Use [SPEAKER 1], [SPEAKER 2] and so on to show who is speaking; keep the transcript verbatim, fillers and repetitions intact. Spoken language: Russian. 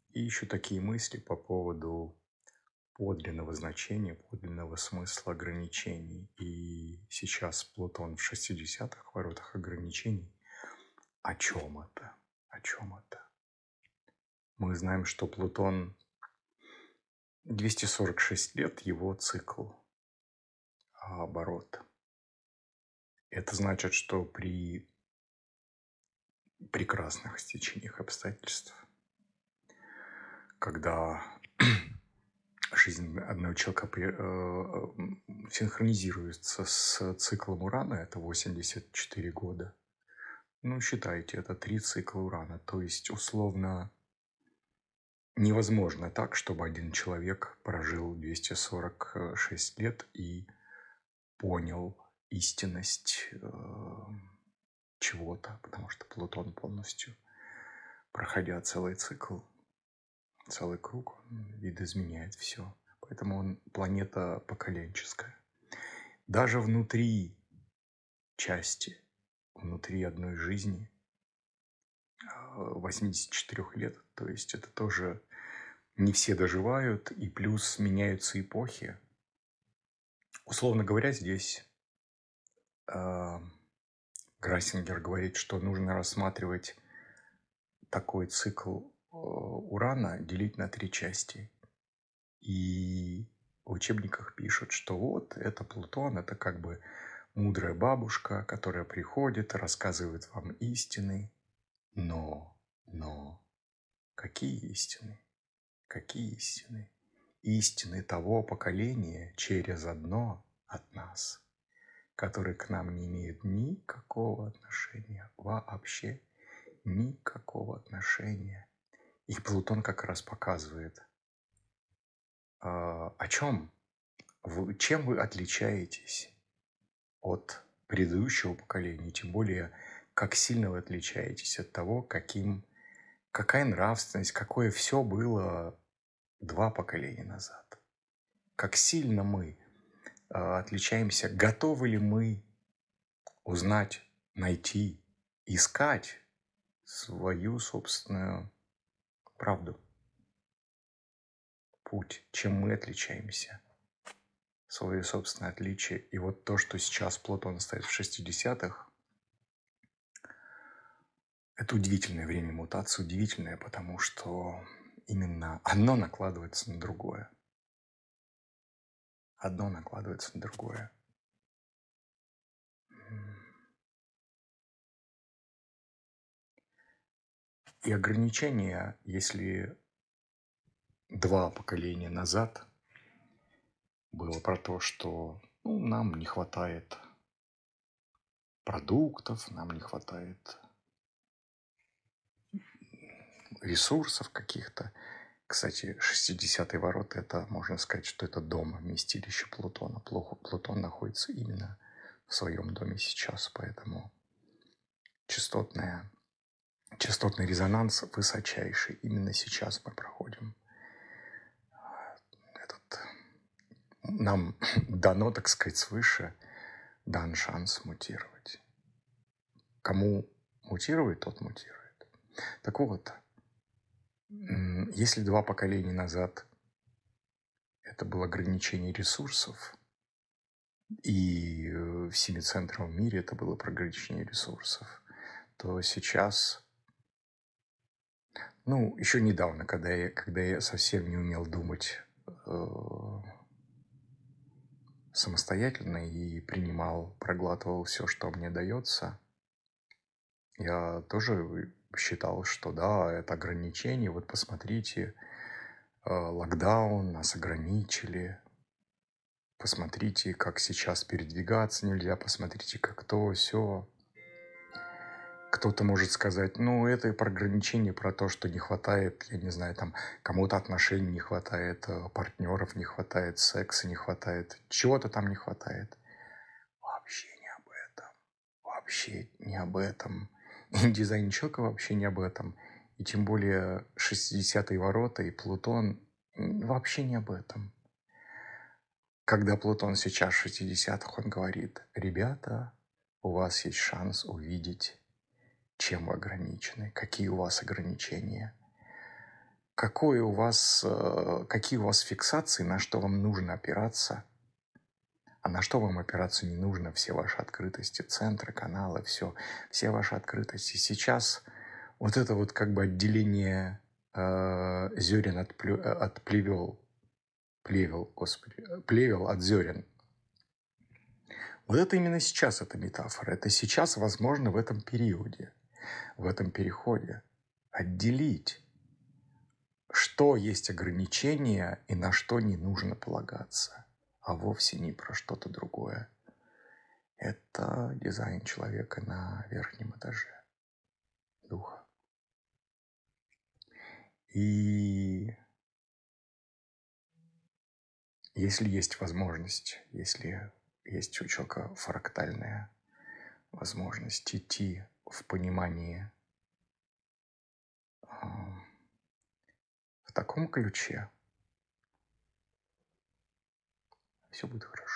[SPEAKER 1] И еще такие мысли по поводу подлинного значения, подлинного смысла ограничений. И сейчас Плутон в шестидесятых воротах ограничений. О чем это? О чем это? Мы знаем, что Плутон двести сорок шесть лет его цикл оборот. Это значит, что при прекрасных стечениях обстоятельств, когда жизнь одного человека синхронизируется с циклом Урана, это восемьдесят четыре года. Ну, считайте, это три цикла Урана. То есть, условно, невозможно так, чтобы один человек прожил двести сорок шесть лет и понял истинность чего-то, потому что Плутон полностью, проходя целый цикл, целый круг, он видоизменяет все. Поэтому он планета поколенческая. Даже внутри части, внутри одной жизни восемьдесят четыре лет, то есть это тоже не все доживают, и плюс меняются эпохи. Условно говоря, здесь э, Грассингер говорит, что нужно рассматривать такой цикл Урана, делить на три части. И в учебниках пишут, что вот это Плутон, это как бы мудрая бабушка, которая приходит, рассказывает вам истины. Но, но, какие истины? Какие истины? Истины того поколения через одно от нас, которые к нам не имеют никакого отношения, вообще никакого отношения. И Плутон как раз показывает, о чем вы, чем вы отличаетесь от предыдущего поколения, тем более, как сильно вы отличаетесь от того, каким, какая нравственность, какое все было два поколения назад. Как сильно мы э, отличаемся, готовы ли мы узнать, найти, искать свою собственную правду, путь, чем мы отличаемся, свое собственное отличие. И вот то, что сейчас Плутон стоит в шестидесятых, это удивительное время мутации, удивительное, потому что именно одно накладывается на другое. Одно накладывается на другое. И ограничения, если два поколения назад было про то, что ну, нам не хватает продуктов, нам не хватает ресурсов каких-то. Кстати, шестидесятые ворота, это можно сказать, что это дом, вместилище Плутона. Плутон находится именно в своем доме сейчас, поэтому частотная, частотный резонанс высочайший. Именно сейчас мы проходим этот... Нам дано, так сказать, свыше дан шанс мутировать. Кому мутировать, тот мутирует. Так вот, если два поколения назад это было ограничение ресурсов, и в семицентровом мире это было про ограничение ресурсов, то сейчас, ну, еще недавно, когда я, когда я совсем не умел думать э, самостоятельно и принимал, проглатывал все, что мне дается, я тоже считал, что да, это ограничение. Вот посмотрите, э, локдаун, нас ограничили. Посмотрите, как сейчас передвигаться нельзя. Посмотрите, как то, все. Кто-то может сказать, ну, это про ограничение, про то, что не хватает, я не знаю, там, кому-то отношений не хватает, партнеров не хватает, секса не хватает, чего-то там не хватает. Вообще не об этом. Вообще не об этом. И дизайн человека вообще не об этом. И тем более шестидесятые ворота и Плутон вообще не об этом. Когда Плутон сейчас в шестидесятых, он говорит, ребята, у вас есть шанс увидеть, чем вы ограничены, какие у вас ограничения, какой у вас, э, какие у вас фиксации, на что вам нужно опираться, а на что вам опираться не нужно, все ваши открытости, центры, каналы, все, все ваши открытости. Сейчас вот это вот как бы отделение э, зерен от, плю- э, от плевел, плевел, господи, э, плевел от зерен. Вот это именно сейчас эта метафора. Это сейчас возможно в этом периоде, в этом переходе. Отделить, что есть ограничения и на что не нужно полагаться, а вовсе не про что-то другое. Это дизайн человека на верхнем этаже духа. И если есть возможность, если есть у человека фрактальная возможность идти в понимании а, в таком ключе, все будет хорошо.